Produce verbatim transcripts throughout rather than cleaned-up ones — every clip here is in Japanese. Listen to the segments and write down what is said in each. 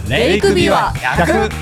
レイクビュアひゃく。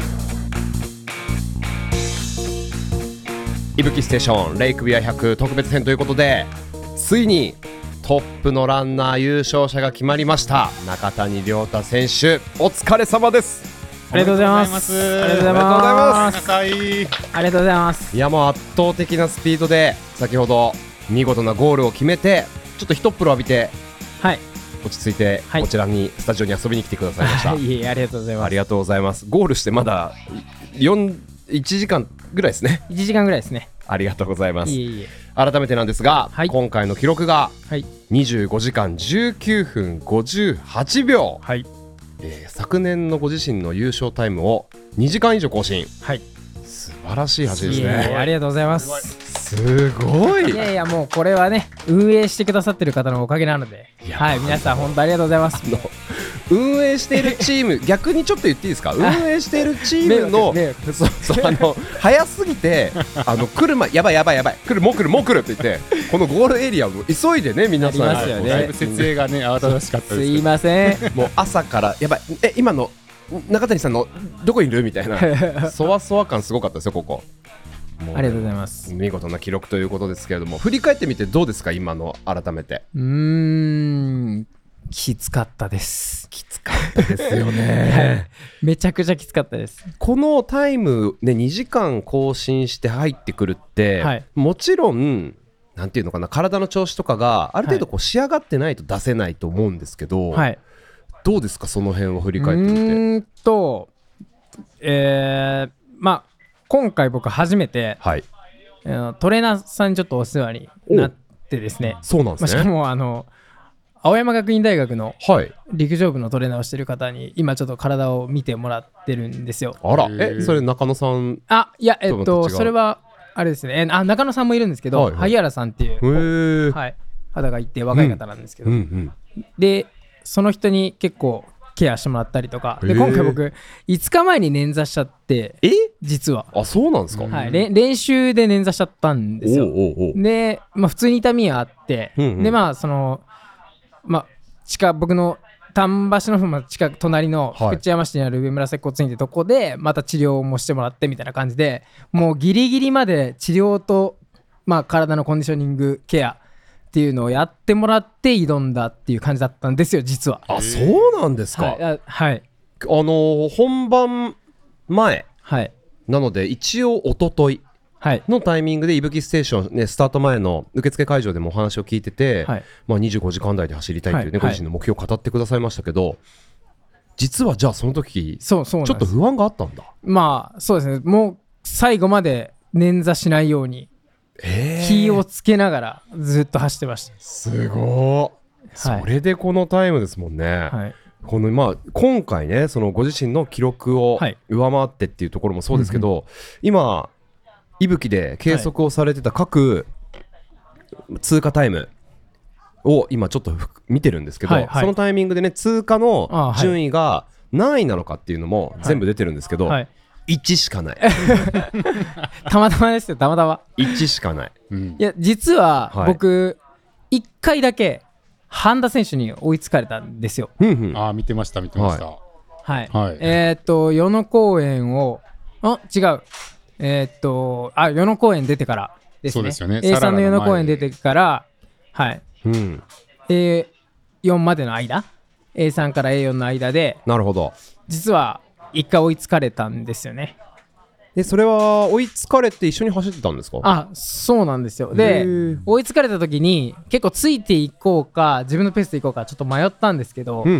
いぶきステーションレイクビュアひゃく特別編ということで、ついにトップのランナー優勝者が決まりました。中谷亮太選手、お疲れ様です。 ありがとうございます。 ありがとうございます。 ありがとうございます。 いや、もう圧倒的なスピードで先ほど見事なゴールを決めて、ちょっと一っ風呂浴びて、 はい、 落ち着いてこちらにスタジオに遊びに来てくださいました。 いえ、ありがとうございます。 ありがとうございます。ゴールしてまだよんいちじかんぐらいですね。 いちじかんぐらいですね。 ありがとうございます。 いえいえ。 改めてなんですが、 はい、 今回の記録がはいにじゅうごじかんじゅうきゅうふんごじゅうはちびょう、 はい、 えー、昨年のご自身の優勝タイムをにじかん以上更新。 はい、 素晴らしい走りですいえいね。 え、ありがとうございます。 すごい。 いやいや、もうこれはね、運営してくださってる方のおかげなので、はい、皆さん本当ありがとうございます。 あの運営しているチーム逆にちょっと言っていいですか。運営しているチームのそうそう、あの早すぎて、あの来る前やばいやばいやばい、来るもう来るもう来るって言って、このゴールエリアを急いでね、皆さん、 ありますよね。 だいぶ設営がね慌ただしかったですけど、 すいません。 もう朝からやばい、え今の中谷さんのどこにいるみたいなそわそわ感すごかったですよ、ここ。もうありがとうございます。 見事な記録ということですけれども、振り返ってみてどうですか、今の改めて。 うーん、きつかったです。 きつかったですよねめちゃくちゃきつかったです。 このタイム、ね、にじかん更新して入ってくるって、 はい、もちろんなんていうのかな、体の調子とかがある程度こう仕上がってないと出せないと思うんですけど、はい、どうですか、その辺を振り返ってみて。うーんと、えー、まあ今回僕初めて、はい、えー、トレーナーさんにちょっとお世話になってですね。 そうなんですね。 まあ、しかもあの青山学院大学の陸上部のトレーナーをしてる方に今ちょっと体を見てもらってるんですよ。 あら、え、それ中野さん？ あ、いや、えっとそれはあれですね、あ、中野さんもいるんですけど、はいはい、萩原さんっていう、はい、方がいて若い方なんですけど、うんうんうん、でその人に結構ケアしてもらったりとかで、今回僕いつかまえに捻挫しちゃって、え実は。 あ、そうなんですか。 はい、練習で捻挫しちゃったんですよ。おうおうおう。で、まあ、普通に痛みはあって、うんうん、でまあそのまあ近僕の丹波市の方の近く隣の福知山市にある上村接骨院ってとこでまた治療もしてもらってみたいな感じで、もうギリギリまで治療と、まあ、体のコンディショニングケアっていうのをやってもらって挑んだっていう感じだったんですよ、実は。 あ、そうなんですか。 はい、あ、はい、 あのー、本番前、 はい、 なので一応一昨日のタイミングでいぶきステーション、ね、スタート前の受付会場でもお話を聞いてて、はい、まあ、にじゅうごじかん台で走りたいという、ね、はい、ご自身の目標を語ってくださいましたけど、実はじゃあその時そうそうちょっと不安があったんだ。 まあそうですね、もう最後まで捻挫しないように気をつけながらずっと走ってました。 すごい、はい、それでこのタイムですもんね。はい、このまあ今回ね、そのご自身の記録を上回ってっていうところもそうですけど、はい、今いぶきで計測をされてた各通過タイムを今ちょっと見てるんですけど、はいはい、そのタイミングでね、通過の順位が何位なのかっていうのも全部出てるんですけど、はいはい、いちしかないたまたまですよ、たまたまいちしかない、うん、 いや実は僕、はい、いっかいだけ半田選手に追いつかれたんですよ。 うんうん、あ、見てました見てました。はい、 はいはい、えー、っと与野公園をあ違うえー、っとあ与野公園出てからですね。 そうですよね。 エーさん の与野公園出てから、はい、うん、エーよん までの間、 エーさん から エーよん の間で、 なるほど、 実はいっかい追いつかれたんですよね。 でそれは追いつかれて一緒に走ってたんですか？ あ、そうなんですよ。で追いつかれた時に結構ついていこうか自分のペースでいこうかちょっと迷ったんですけど、うんうんうん、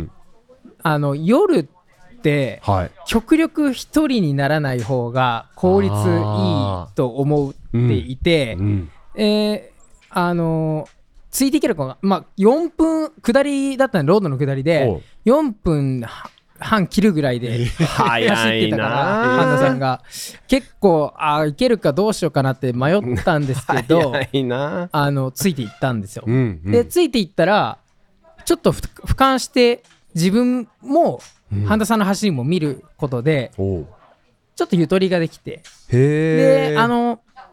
あの夜って極力一人にならない方が効率いいと思っていて、うんうん、えー、あのついていける子が、まあ、よんぷん下りだったので、ロードの下りでよんぷんはん切るぐらいで走ってたから半田さんが結構あいけるかどうしようかなって迷ったんですけどあのついていったんですよ、うんうん、でついていったらちょっと俯瞰して自分も半田さんの走りも見ることで、うん、ちょっとゆとりができて、へであの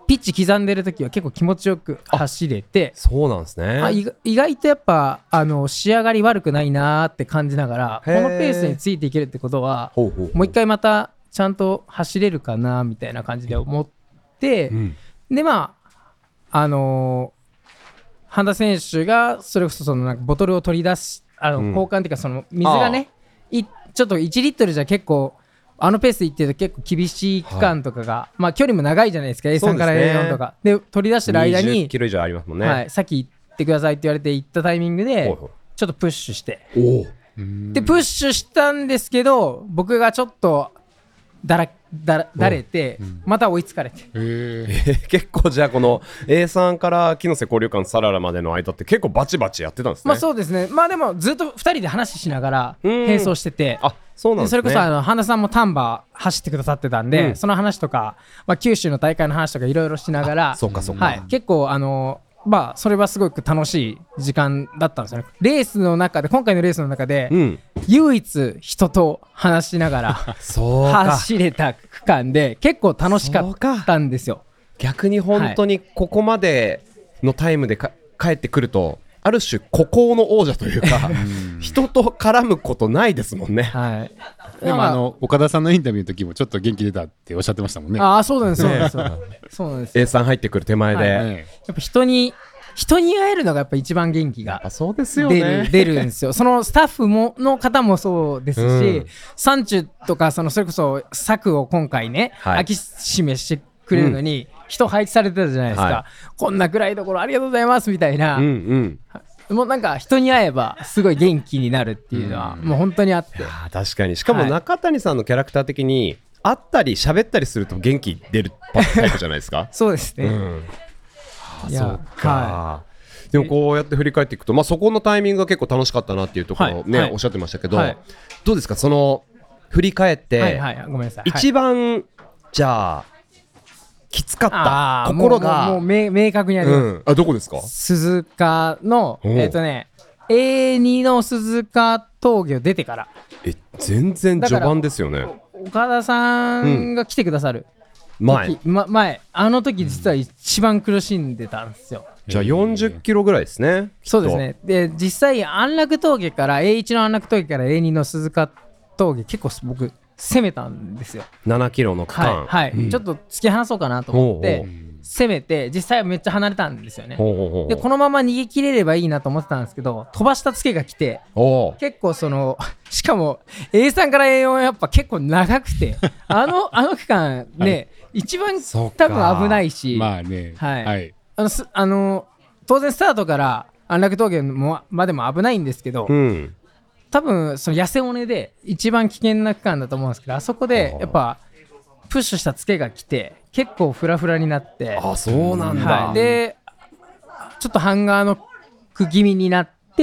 ピッチ刻んでる時は結構気持ちよく走れて、 そうなんですね。 あ意外とやっぱあの仕上がり悪くないなーって感じながら、このペースについていけるってことはほうほうほう、 もう一回またちゃんと走れるかなみたいな感じで思って、うん、でまああのー、半田選手がそれこそそのなんかボトルを取り出しあの交換っていうかその水がね、うん、いちょっといちリットルじゃ結構あのペースでいってると結構厳しい区間とかが、はい、まあ距離も長いじゃないですか エースリー から エーよん とかで取り出してる間ににじゅっキロ以上ありますもんね、 はい、さっき行ってくださいって言われて行ったタイミングでちょっとプッシュしておでプッシュしたんですけど僕がちょっとだらだだれて、うん、また追いつかれて、 えー、結構じゃあこの エースリー から木瀬交流館サララまでの間って結構バチバチやってたんですね。 まあそうですね。まあでもずっとふたりで話しながら並走してて、 あそうなんですね。 それこそあの半田さんも丹波走ってくださってたんで、うん、その話とか、まあ、九州の大会の話とかいろいろしながら、 そうかそうか、 はい、結構あのまあそれはすごく楽しい時間だったんですよね。レースの中で今回のレースの中で、うん、唯一人と話しながら走れた区間で結構楽しかったんですよ。 逆に本当にここまでのタイムでか帰ってくるとある種孤高の王者というか人と絡むことないですもんね。はい、 でもあの岡田さんのインタビューの時もちょっと元気出たっておっしゃってましたもんね。 ああそうなんですそうなんですそうなんです。 エースリー 入ってくる手前で、はい、 やっぱ人に人に会えるのがやっぱ一番元気がそうですよね。 出る、出るんですよ。そのスタッフもの方もそうですし、うん、サンチュとかそのそれこそ策を今回ね、はい、秋締めしてくれるのに、うん、人配置されてたじゃないですか、はい、こんな暗いところありがとうございますみたいな、うんうん、もうなんか人に会えばすごい元気になるっていうのはもう本当にあって、 いや確かにしかも中谷さんのキャラクター的に会ったり喋ったりすると元気出るタイプじゃないですかそうですね、うん、 いやそうか、はい、でもこうやって振り返っていくと、まあ、そこのタイミングが結構楽しかったなっていうところをね、はいはい、おっしゃってましたけど、はい、どうですかその振り返って、はいはい、ごめんなさい、一番、はい、じゃあきつかったところがもう、もう、もう明確にあります、うん、 あどこですか？ 鈴鹿のえっ、ー、とね エーに の鈴鹿峠を出てからえ全然序盤ですよね。 岡田さんが来てくださる、うん、前, ま、前あの時実は一番苦しんでたんですよ。 じゃあよんじゅっキロぐらいですね。 そうですね。で実際安楽峠から エーワン の安楽峠から エーツー の鈴鹿峠結構僕攻めたんですよ。 ななキロの区間、 はい、はい、うん、ちょっと突き放そうかなと思って攻めて実際はめっちゃ離れたんですよね。ほうほうほう。でこのまま逃げ切れればいいなと思ってたんですけど飛ばしたツケが来て結構そのしかも エースリー から エーよん はやっぱ結構長くてあのあの区間ね、はい、一番多分危ないしまあね、 はいはい、あのすあの当然スタートから安楽峠もまでも危ないんですけど、うん、多分その痩せ尾根で一番危険な区間だと思うんですけどあそこでやっぱプッシュしたツケが来て結構フラフラになってあそうなんだ、 はい、でちょっとハンガーノック気味になって、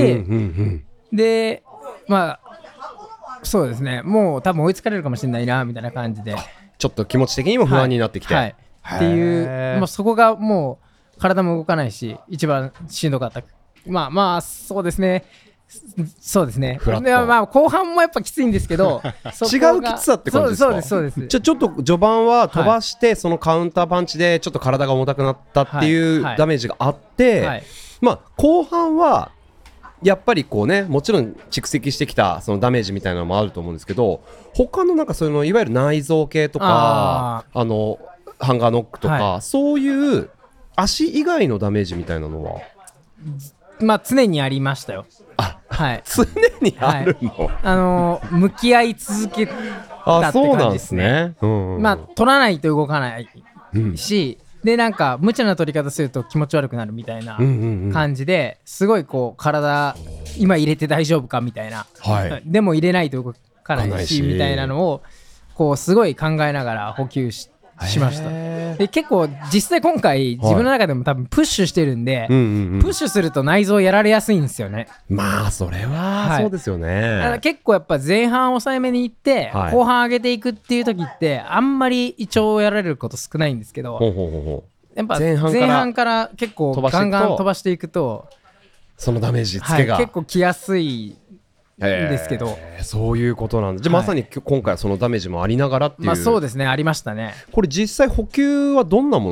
うんうんうん、でまあそうですねもう多分追いつかれるかもしれないなみたいな感じでちょっと気持ち的にも不安になってきて、 はいはい、っていう、まあ、そこがもう体も動かないし一番しんどかったまあまあそうですねそうですね。でまあ後半もやっぱきついんですけど違うきつさって感じですか？ そうですそうですそうです。 じゃあちょっと序盤は飛ばして、はい、そのカウンターパンチでちょっと体が重たくなったっていうダメージがあって、はいはい、まあ後半はやっぱりこうねもちろん蓄積してきたそのダメージみたいなのもあると思うんですけど他のなんかそういうのいわゆる内臓系とか あ, あのハンガーノックとか、はい、そういう足以外のダメージみたいなのはまあ常にありましたよ。 あ、はい、常にあるの、はい、 あのー、向き合い続けたって感じですね。あ、そうなんですね、うんうん、まあ取らないと動かないし、うん、でなんか無茶な取り方すると気持ち悪くなるみたいな感じで、うんうんうん、すごいこう体今入れて大丈夫かみたいな、はい、でも入れないと動かないしみたいなのをこうすごい考えながら補給してしました。で結構実際今回自分の中でも多分プッシュしてるんで、はいうんうんうん、プッシュすると内臓やられやすいんですよね。 まあそれはそうですよね、はい、 だから結構やっぱ前半抑えめにいって、はい、後半上げていくっていう時ってあんまり胃腸をやられること少ないんですけど、ほうほうほうほうやっぱ前半から、前半から結構ガンガン飛ばしていくとそのダメージつけが、 はい、結構きやすいですけど、 えー、そういうことなんで、じゃあまさに今回はそのダメージもありながらっていう、 まあそうですねありましたね。 これ実際補給はどんなもの取っ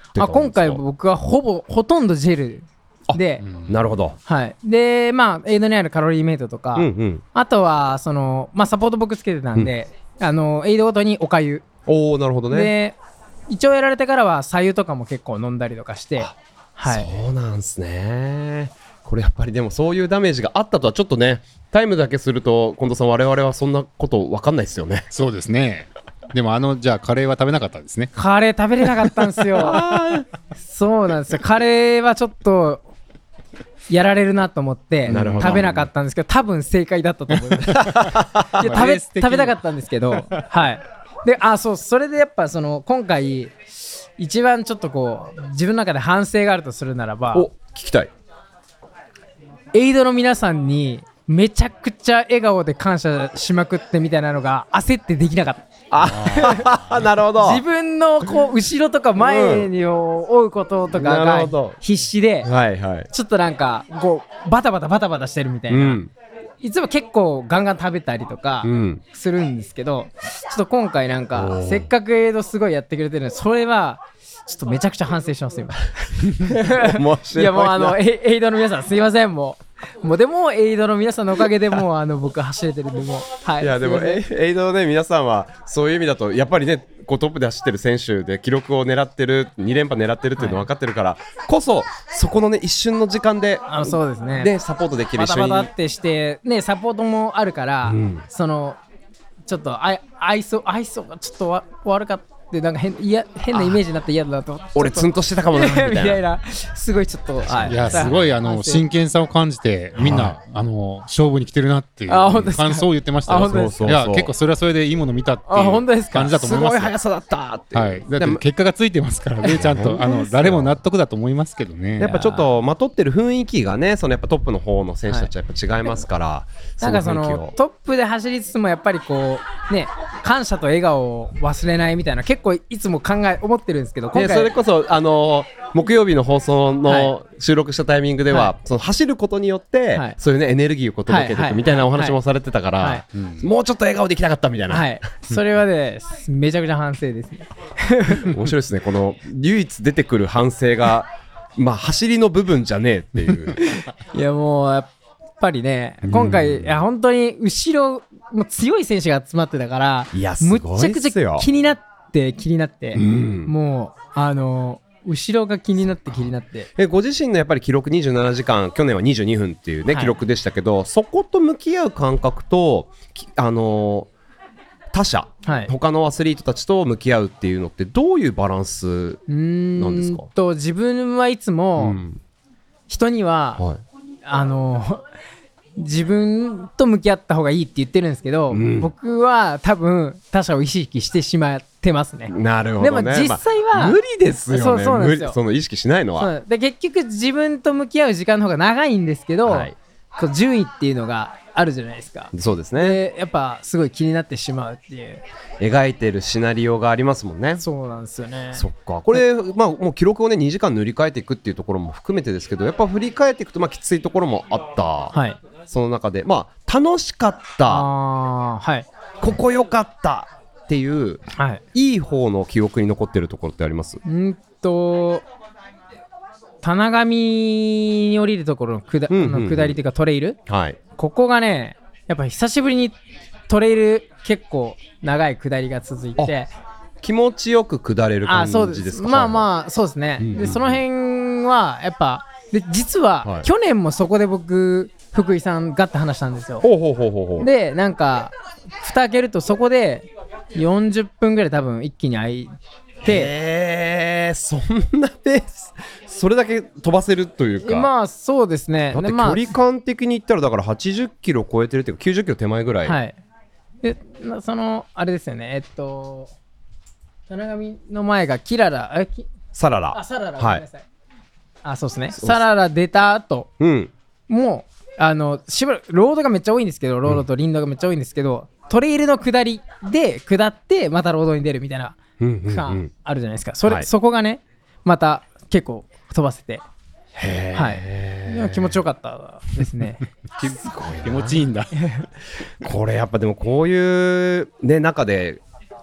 たんですか？ あ今回僕はほぼほとんどジェルで、 うん、なるほど。 はい。でまあエイドにあるカロリーメイトとか、うんうん、あとはそのまあサポート僕つけてたんで、うん、あのエイドごとにおかゆ。 おー、なるほどね。 で一応やられてからは白湯とかも結構飲んだりとかして、 はい、そうなんすね。これやっぱりでもそういうダメージがあったとはちょっとね、タイムだけすると近藤さん、我々はそんなこと分かんないですよね。 そうですね。でもあのじゃあカレーは食べなかったんですね。 カレー食べれなかったんですよそうなんですよ。カレーはちょっとやられるなと思って食べなかったんですけど、多分正解だったと思いますいや食べ食べたかったんですけど、はいであそうそれでやっぱその今回一番ちょっとこう自分の中で反省があるとするならば、 お聞きたい。 エイドの皆さんにめちゃくちゃ笑顔で感謝しまくってみたいなのが焦ってできなかった。 あなるほど。 自分のこう後ろとか前に追うこととかが必死で、うんはいはい、ちょっとなんかこうバタバタバタバタしてるみたいな、うん、いつも結構ガンガン食べたりとかするんですけど、うん、ちょっと今回なんかせっかくエイドすごいやってくれてるので、それはちょっとめちゃくちゃ反省します今面白い。いやもうあのエイドの皆さんすいません、もうもうでもエイドの皆さんのおかげでもうあの僕走れてるんでもう、はい、 いやでもエイドのね皆さんはそういう意味だとやっぱりねこうトップで走ってる選手で記録を狙ってるに連覇狙ってるっていうの分かってるからこそ、そこのね一瞬の時間であそうですねでサポートできる、 バタバタってしてねサポートもあるから、うん、そのちょっとあ愛想愛想がちょっとわ悪かった。でなんか 変, いや変なイメージになって嫌だなと俺ツンとしてたかもなみたいなみたいなすごいちょっと、はい、 いやすごいあの真剣さを感じてみんな、はい、あの勝負に来てるなっていう感想を言ってましたよ。そうそうそう、いや結構それはそれでいいもの見たっていう感じだと思います。 すごい速さだったって、 はい、だって結果がついてますからねちゃんとあの誰も納得だと思いますけどね。 やっぱちょっとまとってる雰囲気がねそのやっぱトップの方の選手たちはやっぱ違いますから、はい、 なんかそのトップで走りつつもやっぱりこうね感謝と笑顔を忘れないみたいな結構いつも考え思ってるんですけど、今回それこそあのー、木曜日の放送の収録したタイミングでは、はい、その走ることによって、はい、そういうねエネルギーを届けていくみたいなお話もされてたから、はいはいはい、もうちょっと笑顔でいきたかったみたいな、 はい、それはねめちゃくちゃ反省ですね面白いですねこの唯一出てくる反省がまあ走りの部分じゃねえっていういやもうやっぱりね今回いや本当に後ろもう強い選手が集まってたからいやすごいっすよ。 むっちゃくちゃ気になって気になって、うん、もうあの後ろが気になって気になってえご自身のやっぱり記録にじゅうななじかん去年はにじゅうにふんっていうね、はい、記録でしたけどそこと向き合う感覚とあの他者、はい、他のアスリートたちと向き合うっていうのってどういうバランスなんですか？ うーんと自分はいつも人には、うんはい、あの自分と向き合った方がいいって言ってるんですけど、うん、僕は多分他者を意識してしまってますね。 なるほどね。 でも実際は、まあ、 無理ですよね。 そうそうなんですよ。 その意識しないのはで結局自分と向き合う時間の方が長いんですけど、はい、こう順位っていうのがあるじゃないですか。 そうですね。 でやっぱすごい気になってしまうっていう描いてるシナリオがありますもんね。 そうなんですよね。 そっかこれ、まあ、もう記録をねにじかん塗り替えていくっていうところも含めてですけどやっぱ振り返っていくとまあきついところもあった、はい、その中でまあ楽しかった、あ、はい、ここ良かったっていう、はい、いい方の記憶に残ってるところってあります？ うんと棚上に降りるところの下、うんうんうん、下りっていうかトレイル、はい、ここがねやっぱ久しぶりにじレイル結構長い下りが続いて気持ちよく下れる感じですか？ あ、そうです。まあまあそうですね、うんうんうん、でその辺はやっぱで実は、はい、去年もそこで僕福井さんガッて話したんですよ。 ほうほうほうほうほう。 でなんか蓋開けるとそこでよんじゅっぷんぐらい多分一気に空いてへーそんなペースそれだけ飛ばせるというかまあそうですね。 だって距離感的に言ったらだからはちじゅっキロ超えてるっていうかきゅうじゅっキロ手前ぐらい、はい、 でそのあれですよねえっと棚上の前がキララあきサララあサララごめんなさい、はい、あそうですねサララ出た後、うん、もうあのしばらくロードがめっちゃ多いんですけどロードと林道がめっちゃ多いんですけど、うん、トレイルの下りで下ってまたロードに出るみたいな区間あるじゃないですか、うんうんうん、それ、はい、そこがねまた結構飛ばせてへー、はい、でも気持ちよかったですねすごい気持ちいいんだこれやっぱでもこういうね中で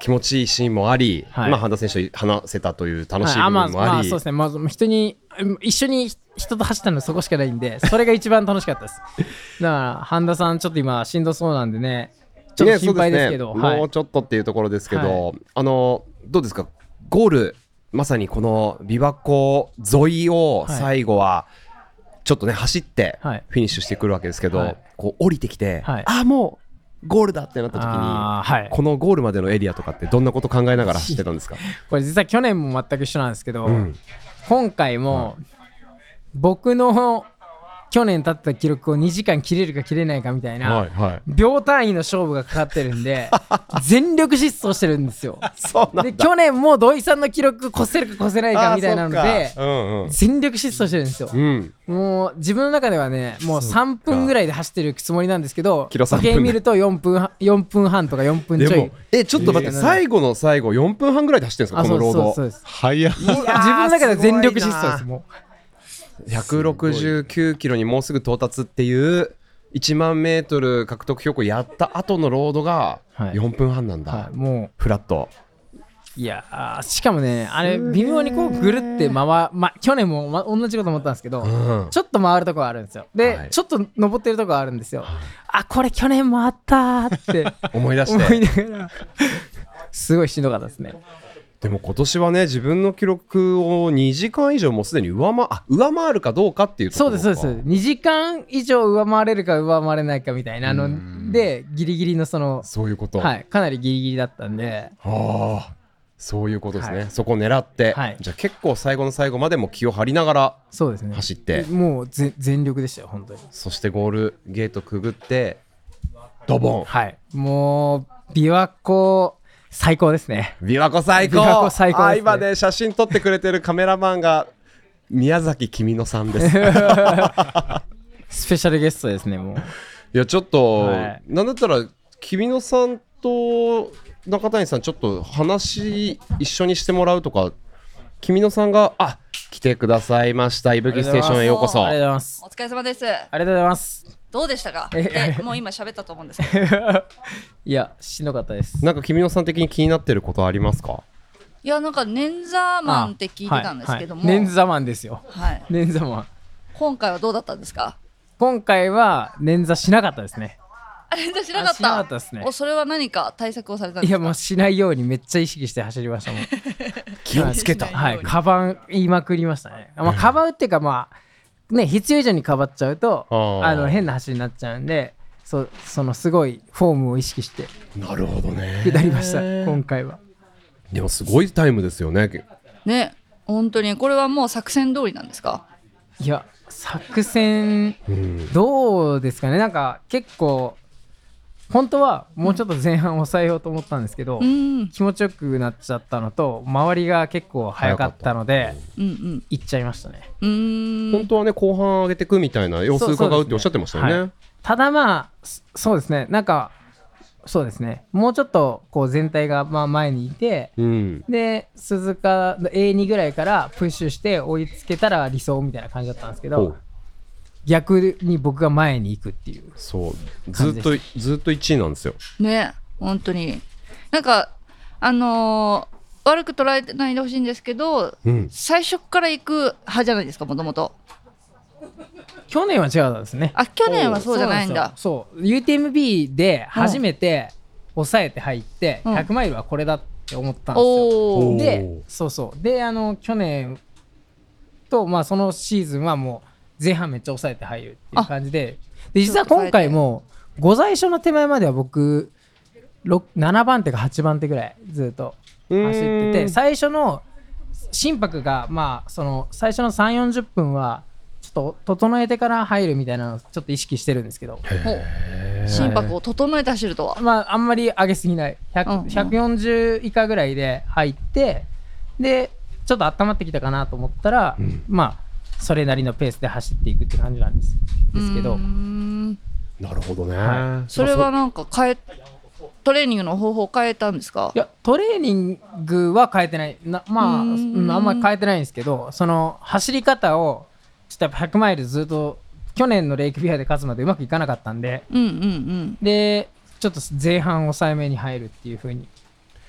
気持ちいいシーンもあり、はい、まあ、半田選手と話せたという楽しい部分もあり、はい、あ、まあ、まあ、そうですね、まず人に一緒に人と走ったのそこしかないんで、それが一番楽しかったです。だから半田さんちょっと今しんどそうなんでね、ちょっと心配ですけど、 ね、ね、はい、もうちょっとっていうところですけど、はい、あのどうですか、ゴールまさにこの琵琶湖沿いを最後はちょっとね走ってフィニッシュしてくるわけですけど、はい、こう降りてきて、はい、ああもうゴールだってなった時に、はい、このゴールまでのエリアとかってどんなこと考えながら走ってたんですか？ これ実は去年も全く一緒なんですけど、うん、今回も僕の去年立った記録をにじかん切れるか切れないかみたいな秒単位の勝負がかかってるんで全力疾走してるんですよ。 そうなんだ。 で去年も土井さんの記録越せるか越せないかみたいなので、うんうん、全力疾走してるんですよ、うん、もう自分の中ではねもうさんぷんぐらいで走ってるつもりなんですけど、時計見るとよんぷん、よんぷんはんとかよんぷんちょい。 でもえちょっと待って、最後の最後よんぷんはんぐらいで走ってるんですか、このロード。 そうそうそうです。 早い。 自分の中では全力疾走です。もうひゃくろくじゅうきゅうキロにもうすぐ到達っていういちまんメートル獲得標高やった後のロードがよんぷんはんなんだ、はいはい、もうフラット。 いやしかもねあれ微妙にこうぐるって回、ま、去年も、ま、同じこと思ったんですけど、うん、ちょっと回るとこがあるんですよ。で、はい、ちょっと登ってるとこがあるんですよ、はい、あこれ去年もあったって思い出して思いながらすごいしんどかったですね。 でも今年はね自分の記録をにじかん以上もうすでに上回、あ、上回るかどうかっていうところか。 そうですそうです。にじかん以上上回れるか上回れないかみたいなのでギリギリのそのそういうこと、 はい、かなりギリギリだったんで、 はあ、そういうことですね、はい、そこを狙って、はい、じゃあ結構最後の最後までも気を張りながら走って、 そうですね、もうぜ全力でしたよ本当に。 そしてゴールゲートくぐってドボン、 はい、もう琵琶湖最高ですね。 琵琶湖最高。 琵琶湖最高ですね。 今ね写真撮ってくれてるカメラマンが宮崎君乃さんですスペシャルゲストですね。もういやちょっと、はい、なんだったら君乃さんと中谷さんちょっと話一緒にしてもらうとか、君乃さんがあ来てくださいました。いぶきステーションへようこそ。 ありがとうございます。 お疲れ様です。 ありがとうございます。 どうでしたか？えもう今喋ったと思うんですけどいやしんどかったです。 なんか君乃さん的に気になってることありますか？ いやなんか捻挫マンって聞いてたんですけども、 捻挫マンですよ。 はい、 捻挫マン今回はどうだったんですか？ 今回は捻挫しなかったですね。 捻挫しなかった。 しなかったですね。 おそれは何か対策をされたんですか？ いやもうしないようにめっちゃ意識して走りましたもん気をつけた。 はい、カバン言いまくりましたね。まあカバンっていうかまあね、必要以上にかばっちゃうとあの変な走りになっちゃうんで、そ, そのすごいフォームを意識してなるほどね下りました今回は。 でもすごいタイムですよね。 ね本当にこれはもう作戦通りなんですか？ いや作戦どうですかね。なんか結構本当はもうちょっと前半抑えようと思ったんですけど、うん、気持ちよくなっちゃったのと周りが結構早かったので行っちゃいましたね。 うーん本当はね後半上げてくみたいな様子伺うっておっしゃってましたよね。はい、 ただまあそうですねなんかそうですねもうちょっとこう全体がまあ前にいて、うん、で鈴鹿 エーツー ぐらいからプッシュして追いつけたら理想みたいな感じだったんですけど、逆に僕が前に行くっていう。 そうずっとずっといちいなんですよね。本当になんかあのー、悪く捉えてないでほしいんですけど、うん、最初から行く派じゃないですかもともと。 去年は違うんですね。 あ去年はそうじゃないんだ。 そう ユーティーエムビー で初めて抑えて入って、うん、ひゃくマイルはこれだって思ったんですよ、うん、でそうそうであの去年とまあそのシーズンはもう前半めっちゃ抑えて入るっていう感じで、で実は今回もご在所の手前までは僕ななばん手かはちばん手ぐらいずっと走ってて、最初の心拍がまあその最初のさんじゅうよんじゅっぷんはちょっと整えてから入るみたいなのをちょっと意識してるんですけど、 心拍を整えて走るとは、 まああんまり上げすぎないひゃく、うんうん、ひゃくよんじゅう以下ぐらいで入ってでちょっと温まってきたかなと思ったら、うん、まあそれなりのペースで走っていくって感じなんですですけど。 なるほどね、 はい、それはなんか変えトレーニングの方法を変えたんですか？ いやトレーニングは変えてないな、まあ、うん、あんまり変えてないんですけど、その走り方をちょっとやっぱひゃくマイルずっと去年のレイクビアで勝つまでうまくいかなかったんで、 うんうんうん、 でちょっと前半抑えめに入るっていう風に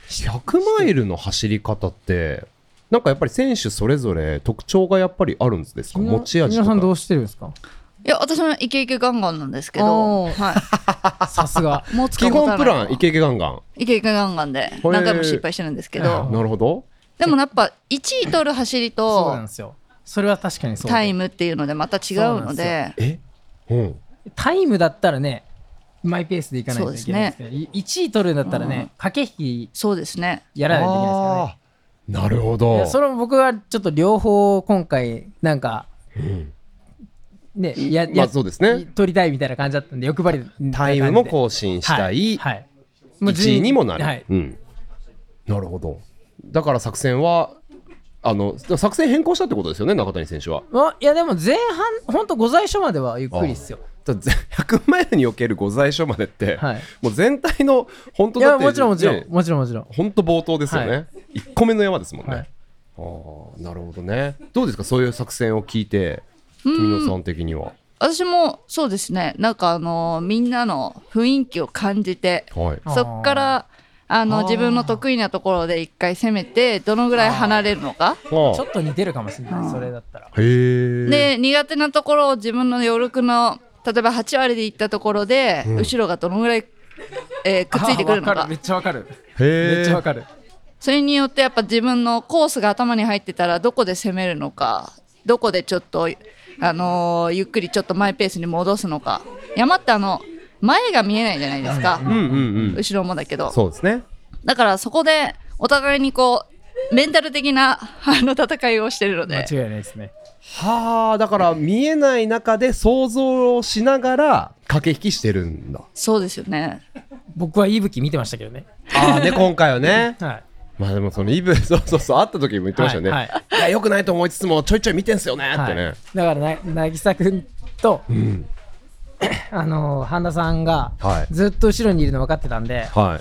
ひゃくマイルの走り方ってなんかやっぱり選手それぞれ特徴がやっぱりあるんですか？持ち味とか。 皆さんどうしてるんですか？ いや私もイケイケガンガンなんですけど、はい、 さすが基本プランイケイケガンガンイケイケガンガンで何回も失敗してるんですけど、 なるほど。 でもやっぱいちい取る走りとそうなんですよ。それは確かにそう。 タイムっていうのでまた違うので、 え、うん、 タイムだったらねマイペースでいかないといけないんですけど、ね、いちい取るんだったらね、うん、駆け引きそうですねやらないといけないですからね。 なるほど。 それも僕はちょっと両方今回なんか、うんね、やや、 まあそうですね、 取りたいみたいな感じだったんで欲張りタイムも更新したい、はいはい、いちいにもなる、はい、うん、なるほど。だから作戦はあの作戦変更したってことですよね中谷選手は。 いやでも前半ほんとご在所まではゆっくりですよ。 ひゃくマイルにおけるご在所までって、はい、もう全体の本当だって、 いやもちろんもちろんもちろんもちろん本当冒頭ですよね、はい、いっこめの山ですもんね、はい、あなるほどね。どうですかそういう作戦を聞いて君野さん的には。 私もそうですねなんかあのみんなの雰囲気を感じて、はい、そこからあの自分の得意なところで一回攻めてどのぐらい離れるのかちょっと似てるかもしれない、うん、それだったら。 へで苦手なところを自分の余力の例えばはち割でいったところで、うん、後ろがどのぐらい、えー、くっついてくるのか。 めっちゃわかるめっちゃわかる。 それによってやっぱ自分のコースが頭に入ってたらどこで攻めるのかどこでちょっと、あのー、ゆっくりちょっとマイペースに戻すのか。山ってあの前が見えないじゃないですか、うんうんうん、後ろもだけど。 そうですね。 だからそこでお互いにこうメンタル的なあの戦いをしてるので。 間違いないですね。 はあ、だから見えない中で想像をしながら駆け引きしてるんだ。 そうですよね。 僕は息吹見てましたけどね。 ああね今回はね、 はい、 まあでもそのイブそうそうそう会った時も言ってましたよね、はいはい、いやよくないと思いつつもちょいちょい見てんすよねってね、はい、 だからな渚君と、うん、あの半田さんがずっと後ろにいるの分かってたんで、はい、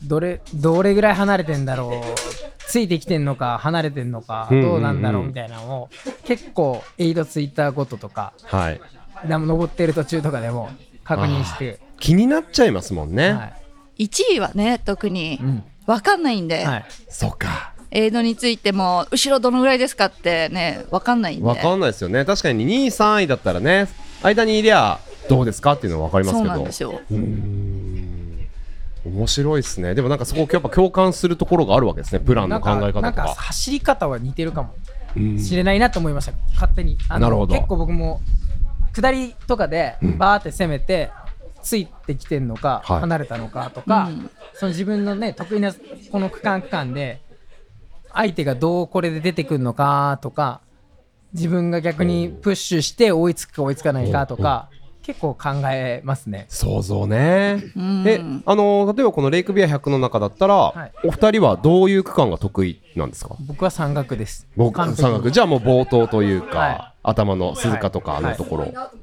どれどれぐらい離れてんだろうついてきてんのか離れてんのかどうなんだろうみたいなのを結構エイドツイッターごととか、はい、登ってる途中とかでも確認して気になっちゃいますもんね、はい、 いちいはね特に分かんないんで、うんはい、 そうかエイドについても後ろどのぐらいですかってね分かんないんで。 分かんないですよね。確かににいさんいだったらね間にいりゃどうですかっていうのは分かりますけど。 そうなんですよ。うーん面白いですね。でもなんかそこやっぱ共感するところがあるわけですね。プランの考え方とかなんか走り方は似てるかもしれないなと思いました勝手に。あのなるほど。結構僕も下りとかでバーって攻めて、うん、ついてきてんのか、はい、離れたのかとか、うん、その自分のね得意なこの区間区間で相手がどうこれで出てくるのかとか自分が逆にプッシュして追いつくか追いつかないかとか結構考えますね。 想像ね。で、あの例えばこのレイクビアひゃくの中だったら、はい、お二人はどういう区間が得意なんですか？ 僕は山岳です。 僕山岳じゃあもう冒頭というか、はい、頭の鈴鹿とかあのところ、はいはい、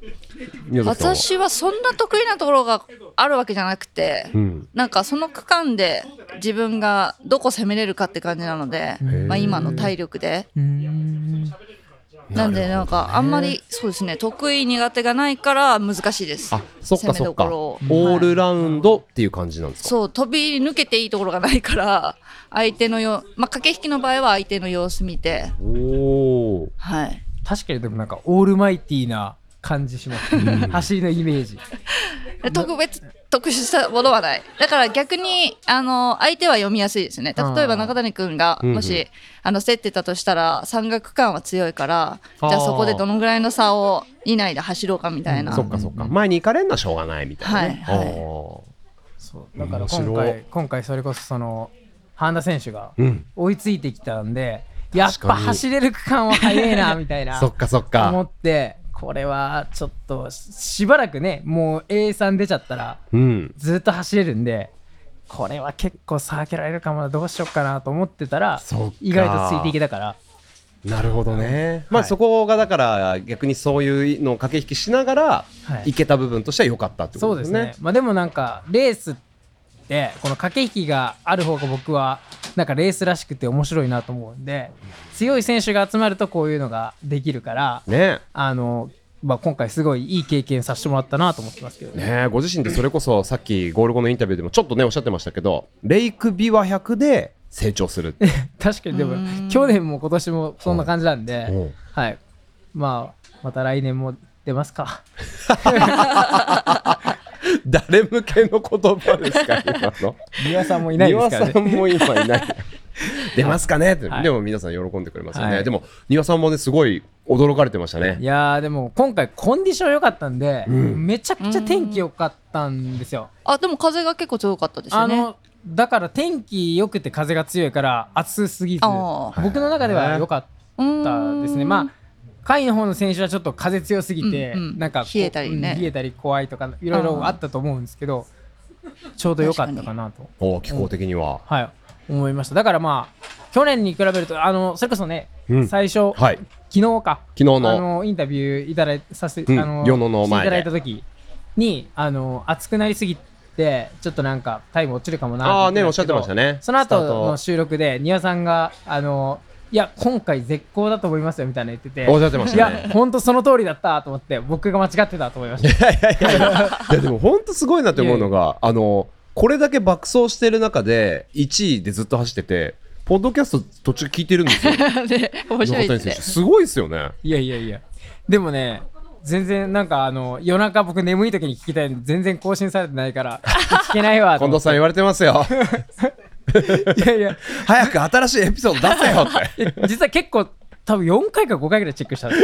私はそんな得意なところがあるわけじゃなくて、うん、なんかその区間で自分がどこ攻めれるかって感じなので、まあ、今の体力でなんでなんかあんまりそうですね得意苦手がないから難しいです。 あ、そっかそっか。オールラウンドっていう感じなんですか？ そう飛び抜けていいところがないから相手のよ、まあ、駆け引きの場合は相手の様子見て。おー、はい。 確かにでもなんかオールマイティーな感じします、ね、走りのイメージ特別特殊したものはない。だから逆にあの相手は読みやすいですね。例えば中谷君がもし、うんうん、あの競ってたとしたら山岳区間は強いからじゃあそこでどのぐらいの差を以内で走ろうかみたいな、うん、 そっかそっか前に行かれるのはしょうがないみたいな、ね、はいはい、 そうだから今回今回それこそその半田選手が追いついてきたんで、うん、やっぱ走れる区間は速いなみたいなそっかそっか思ってこれはちょっとしばらくねもう エーさん 出ちゃったらずっと走れるんで、うん、これは結構差開けられるかもなどうしようかなと思ってたら意外とついていけたから。 なるほどね、はい、まあそこがだから逆にそういうのを駆け引きしながらいけた部分としては良かったってことですね、はい、そうですね。 まあでもなんかレースってこの駆け引きがある方が僕はなんかレースらしくて面白いなと思うんで強い選手が集まるとこういうのができるから、ね、あのまあ、今回すごいいい経験させてもらったなと思ってますけどね。 ねご自身でそれこそさっきゴール後のインタビューでもちょっとねおっしゃってましたけどレイクビワひゃくで成長する確かにでも去年も今年もそんな感じなんで、はい、まあまた来年も出ますか誰向けの言葉ですか今の庭さんもいないですからね庭さんも今いない出ますかねって、はい、でも皆さん喜んでくれますよね、はい、でも庭さんもねすごい驚かれてましたね。 いやーでも今回コンディション良かったんで、うん、めちゃくちゃ天気良かったんですよ。 あでも風が結構強かったですよね。あのだから天気良くて風が強いから暑すぎず僕の中では良かったですね。まあ下位の方の選手はちょっと風強すぎて、うんうん、なんか冷えたりね、 冷えたり怖いとかいろいろあったと思うんですけどちょうど良かったかなとお気候的には、 はい、思いました。だからまあ去年に比べるとあのそれこそね、うん、最初、はい、昨日か昨日のあのインタビューいただいさせて、 うん、 あの世野の前でいただいた時にあの暑くなりすぎてちょっとなんかタイム落ちるかもなああねおっしゃってましたね。 その後の収録で庭さんがあのいや今回絶好だと思いますよみたいな言ってておっしゃってましたね。 いや本当その通りだったと思って僕が間違ってたと思いました。 いやいやいやいやでも本当すごいなって思うのがいやいやあのこれだけ爆走してる中でいちいでずっと走っててポッドキャスト途中聞いてるんですよ。 で面白いですね。 すごいですよね。 いやいやいやでもね全然なんかあの夜中僕眠い時に聞きたいの全然更新されてないから聞けないわ近藤さん言われてますよ。 いやいや早く新しいエピソード出せよって実は結構多分よんかいかごかいぐらいチェックした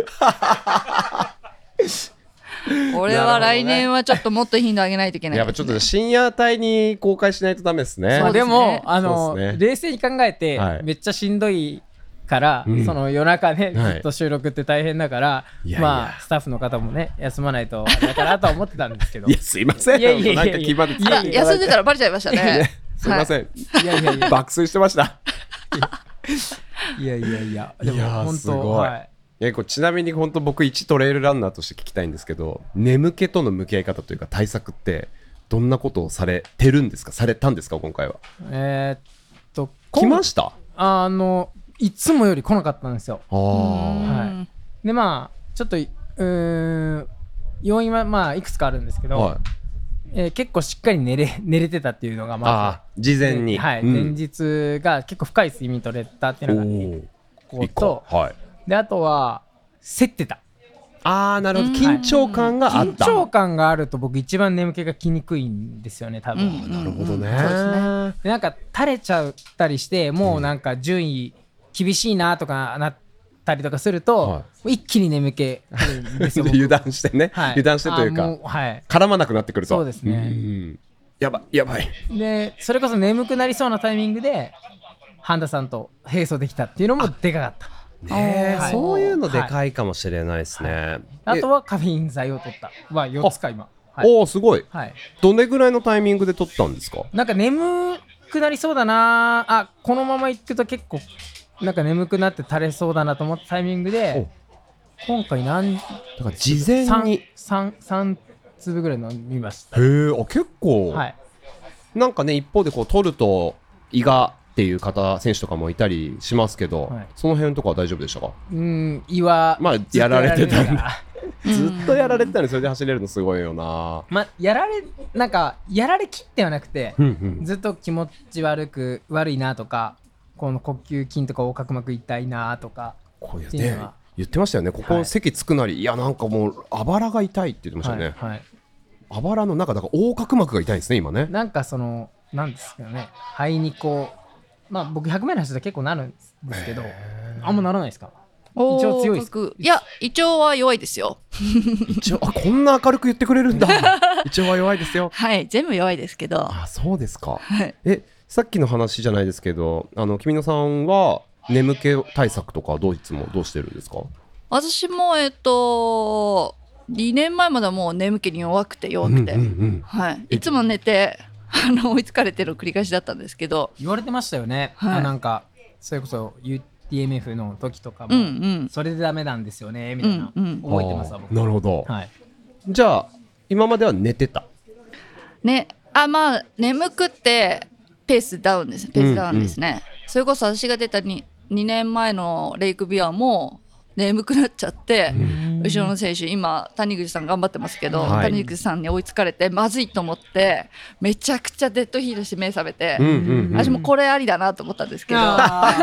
俺は来年はちょっともっと頻度上げないといけない、ね、 やっぱちょっと深夜帯に公開しないとダメですね。 そうでもあの、ね、冷静に考えて、はい、めっちゃしんどいから、うん、その夜中ねずっと収録って大変だから、はい、まあスタッフの方もね休まないとあれだからとは思ってたんですけどいやすいません。いやいやいやいやいやいや休んでたらバレちゃいましたね。 すいません、はい、いやいやいや爆睡してましたいやいやいやでも本当はい、いやこれちなみに本当僕一トレイルランナーとして聞きたいんですけど眠気との向き合い方というか対策ってどんなことをされてるんですかされたんですか今回は。 えー、っと来ました。 あのいつもより来なかったんですよ。 あ、 はい、でまあちょっとうーん要因はまあいくつかあるんですけど、はいえー、結構しっかり寝れ寝れてたっていうのがまずあ事前に、 はい、うん、前日が結構深い睡眠取れたっていうのがここと、 はい、 であとは競ってた。 あーなるほど緊張感があった、 緊張感があると僕一番眠気が来にくいんですよね多分、うん、 なるほどね、 うん、そうですね。でなんか垂れちゃったりしてもうなんか順位厳しいなとかなったりとかすると、はい、一気に眠気来るんですよ油断してね、はい、油断してというかはい、 絡まなくなってくるとそうですね、うん、 やばいやばい。 でそれこそ眠くなりそうなタイミングで半田さんと並走できたっていうのもでかかった。 ねはい、そういうのでかいかもしれないですね、はい、 あとはカフェイン剤を取ったはよっつか今、 はい、おおすごい、はい、どれぐらいのタイミングで取ったんですか。 なんか眠くなりそうだなあこのままいくと結構なんか眠くなって垂れそうだなと思ったタイミングで今回何だから事前に 3, 3, 3粒ぐらい飲みました。 へえ結構、 はい、 なんかね一方でこう取ると胃がっていう方選手とかもいたりしますけど、はい、その辺とかは大丈夫でしたか。 うん胃はまあやられてたんだずっとやられてたんでそれで走れるのすごいよな。 まあやられなんかやられきってはなくて、うんうん、ずっと気持ち悪く悪いなとかこの呼吸筋とか横隔膜痛いなとかこういうね言ってましたよね。ここ席つくなり、はい、いやなんかもうあばらが痛いって言ってましたよね、 はいはい、 あばらの中だから横隔膜が痛いんですね今ね。 なんかそのなんですけどね肺にこうまあ僕ひゃくメートル走ったら結構なるんですけどあんまならないですか。胃腸強いですか。 いや胃腸は弱いですよ胃腸あこんな明るく言ってくれるんだ胃腸は弱いですよはい全部弱いですけど。 あそうですか、 はい、 えさっきの話じゃないですけどあの君野さんは眠気対策とかどういつもどうしてるんですか。 私もえっとにねんまえまではもう眠気に弱くて弱くて、うんうんうんはい、いつも寝てあの追いつかれてる繰り返しだったんですけど言われてましたよね、はい、あなんかそれこそ ユーティーエムエフ の時とかも、うんうん、それでダメなんですよねみたいな、うんうん、覚えてますわ僕。 なるほど、 はい、 じゃあ今までは寝てたねあまあ眠くってペースダウンですペースダウンですね、うんうん、それこそ私が出た 2, 2年前のレイクビアも眠くなっちゃって、うん、後ろの選手今谷口さん頑張ってますけど、はい、谷口さんに追いつかれてまずいと思ってめちゃくちゃデッドヒートして目覚めて、うんうんうん、私もこれありだなと思ったんですけど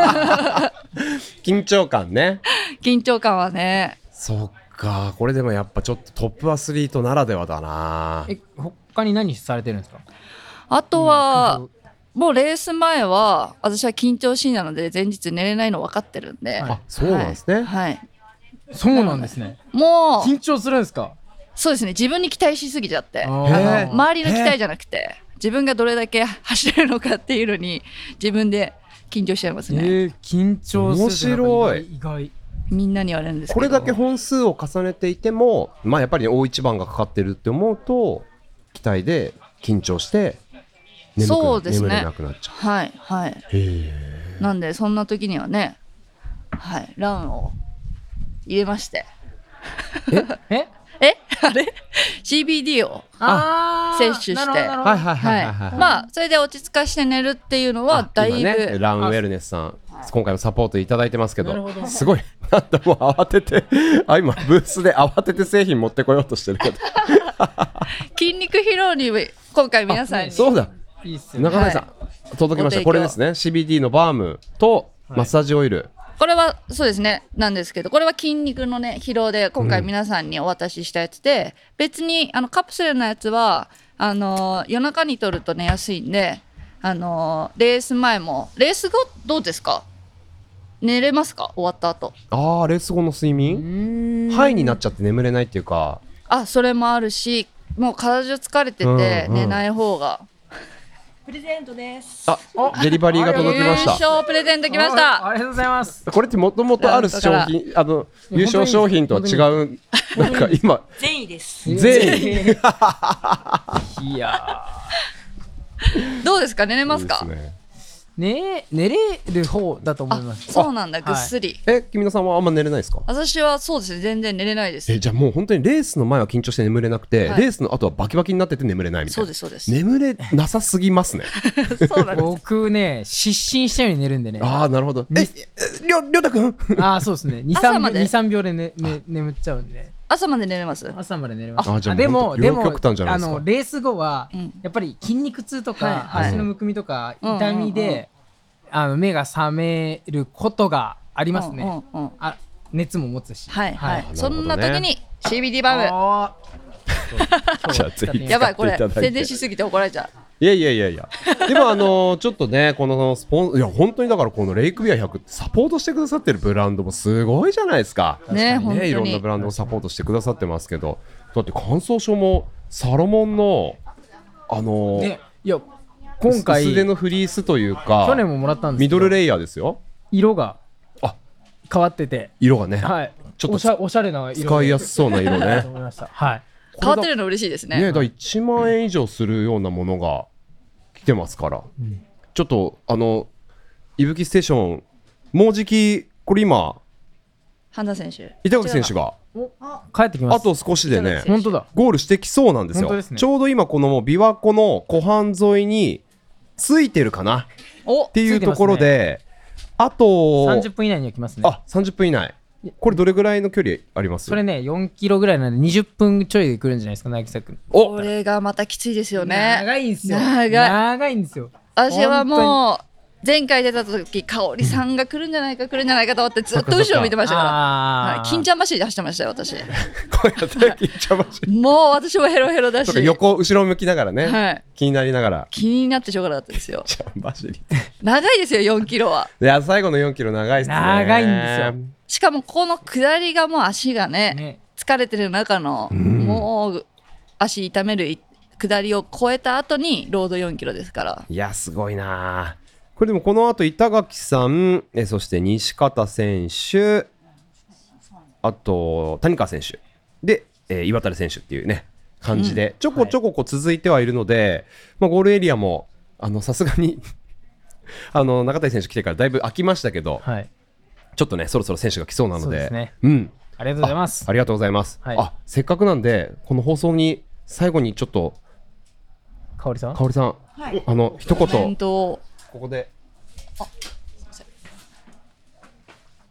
緊張感ね緊張感はね。 そっか、これでもやっぱちょっとトップアスリートならではだな。 え他に何されてるんですか？ あとは、うんもうレース前は私は緊張しいなので前日寝れないの分かってるんで、 はい、あそうなんですね、はい、 はい、そうなんですね。 もう緊張するんですか？ そうですね、自分に期待しすぎちゃってあの周りの期待じゃなくて自分がどれだけ走れるのかっていうのに自分で緊張しちゃいますね。 えー、緊張する。面白い。意外。 みんなに言われるんですけど、 これだけ本数を重ねていても、まあ、やっぱり大一番がかかってるって思うと期待で緊張して眠くそうですね、 眠れなくなっちゃう。 はいはい。へなんでそんな時にはね、はい、ランを入れましてえええあれ シービーディー を摂取して、 はいはいはいはい、 まあそれで落ち着かして寝るっていうのはだいぶ、 ね、ランウェルネスさん今回もサポートいただいてますけど、すごいなんだもう慌ててあ今ブースで慌てて製品持ってこようとしてるけど筋肉疲労に今回皆さんにそうだいいっすよ、中谷さん、はい、届きました。これですね シービーディー のバームとマッサージオイル、はい、 これはそうですねなんですけど、これは筋肉のね疲労で今回皆さんにお渡ししたやつで、うん、別にあのカプセルのやつはあの夜中に取ると寝やすいんで、あのレース前もレース後どうですか、寝れますか終わった後。 あーレース後の睡眠ハイになっちゃって眠れないっていうか、 あそれもあるし、もう体中疲れてて寝ない方が、うんうん、 プレゼントです。 あ、デリバリーが届きました。 優勝プレゼントきました。 ありがとうございます。 これってもともとある商品、あの優勝商品とは違う、なんか今善意です。 善意。 いやどうですか、寝れますか？ いいですね。ね、寝れる方だと思います。 そうなんだ、ぐっすり。 はい、え、君野さんはあんま寝れないですか？ 私はそうですね、全然寝れないです。 え、じゃあもう本当にレースの前は緊張して眠れなくて、はい、レースの後はバキバキになってて眠れないみたいな。 そうですそうです。 眠れなさすぎますね。 そうなんです。 僕ね、失神したように寝るんでね。 ああ、なるほど。え、りょりょうたくん。 ああ、そうですね。にさんびょうで、ねね、眠っちゃうんで。 朝まで寝れます？ 朝まで寝れます。 あ、じゃあでもでもあのレース後は、うん、やっぱり筋肉痛とか、はいはい、足のむくみとか痛みで。うんうんうん、あの目が覚めることがありますね、うんうんうん、あ熱も持つし、 はいはい、はい、そんな時に シービーディー バームじゃあぜひやばいこれ宣伝しすぎて怒られちゃう。 いやいやいやいやでもあのー、ちょっとねこのスポンいや本当にだからこのレイクビアひゃくってサポートしてくださってるブランドもすごいじゃないですかね、本当にいろんなブランドをサポートしてくださってますけど、だって感想書もサロモンのあのーね、 いや今回薄手のフリースというか去年ももらったんですけどミドルレイヤーですよ。 色が変わってて色がね、 はい、ちょっとおしゃ、おしゃれな色使いやすそうな色ねはい、 変わってるの嬉しいですね。 ね、だいちまんえん以上するようなものが来てますから、うん、ちょっとあのいぶきステーションもうじきこれ今半田選手板垣選手が帰ってきます。 あと少しでね本当だゴールしてきそうなんですよ。です、ね、ちょうど今この琵琶湖の湖畔沿いについてるかなっていうところで、ね、あとさんじゅっぷん以内には来ますね。 あさんじゅっぷん以内。これどれぐらいの距離あります？ それねよんキロぐらいなんでにじゅっぷんちょいで来るんじゃないですか渚作。 おこれがまたきついですよね。 長いんですよ。 長い長いんですよ。 私はもう前回出た時香織さんが来るんじゃないか来るんじゃないかと思ってずっと後ろ見てましたから、はい、金ちゃん走りで走ってましたよ私。こうやって金ちゃん走りもう私もヘロヘロだし横後ろ向きながらね、はい、気になりながら気になってしょうがなかったですよ。 金ちゃん走り長いですよよんキロは。 いや最後のよんキロ長いですね。 長いんですよ。 しかもこの下りがもう足が ね, ね疲れてる中の、うん、もう足痛める下りを超えた後にロードよんキロですから。 いやすごいな。これでもこの後板垣さんえそして西方選手あと谷川選手で、えー、岩垂選手っていうね感じで、うん、ちょこちょここう続いてはいるので、はいまあ、ゴールエリアもさすがにあの中谷選手来てからだいぶ空きましたけど、はい、ちょっとねそろそろ選手が来そうなので、そうですね、うん、 ありがとうございます。 あ、ありがとうございます、はい、あせっかくなんでこの放送に最後にちょっと香織さん香織さん、はい、あの一言ここであすいません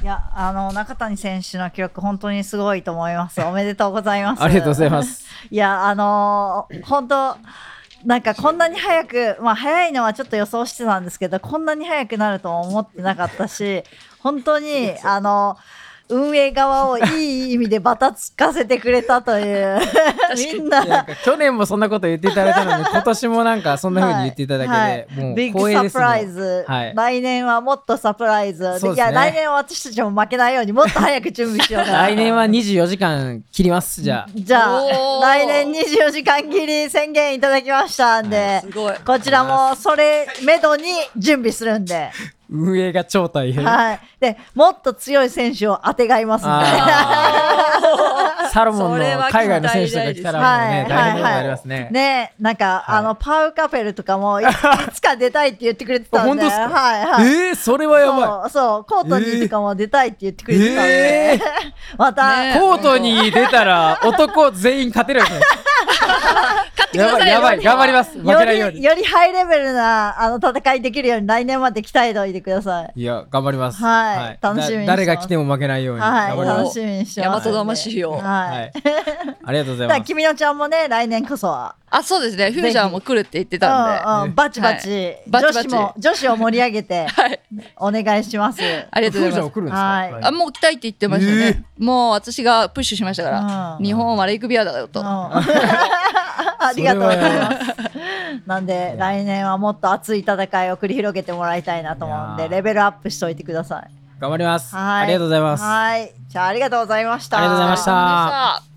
いや、あの中谷選手の記録本当にすごいと思います。おめでとうございます。 ありがとうございます。 いや、あのー、本当なんかこんなに早く、まあ早いのはちょっと予想してたんですけど、こんなに早くなるとは思ってなかったし、本当にあの運営側をいい意味でバタつかせてくれたというみんななんか去年もそんなこと言っていただいたのに今年もなんかそんな風に言っていただけで、はいはい、もうビッグサプライズ、はい、来年はもっとサプライズ、ね、いや来年は私たちも負けないようにもっと早く準備しようかな来年はにじゅうよじかん切りますじゃあじゃあ来年にじゅうよじかん切り宣言いただきましたんで、はい、こちらもそれめどに準備するんで運営が超大変、 はい、でもっと強い選手を当てがいますんでサロモンの海外の選手とか来たらもうね、大変なことになりますね。 ね、なんか、はい、あのパウカペルとかもいつか出たいって言ってくれてたんで、 本当ですか？ はいはい。 えー、それはやばい。 そう、そうコートニーとかも出たいって言ってくれてたんで、えー、また、 ね、コートニー出たら男全員勝てるよね。やばいやばい頑張ります。負けないように。 よりハイレベルなあの戦いできるように来年まで鍛えておいてください。 いや頑張ります。 はい。はい、楽しみにしてます。 誰が来ても負けないように。 はい。楽しみにしてます。 大和魂を。 はい。はい、 ありがとうございます。 君のちゃんもね来年こそは。 あ、そうですね。フミちゃんも来るって言ってたんで、 うんうん、バチバチ、はい、女子も女子を盛り上げてお願いします。 ありがとうございます。 来るんですか？はい、 あ、もう来たいって言ってましたね。えー、もう私がプッシュしましたから、うん、日本はレイクビアだよと。うん、ありがとうございます。なんで来年はもっと熱い戦いを繰り広げてもらいたいなと思うんでレベルアップしておいてください。 頑張ります。ありがとうございます。 はい。じゃあありがとうございました。 ありがとうございました。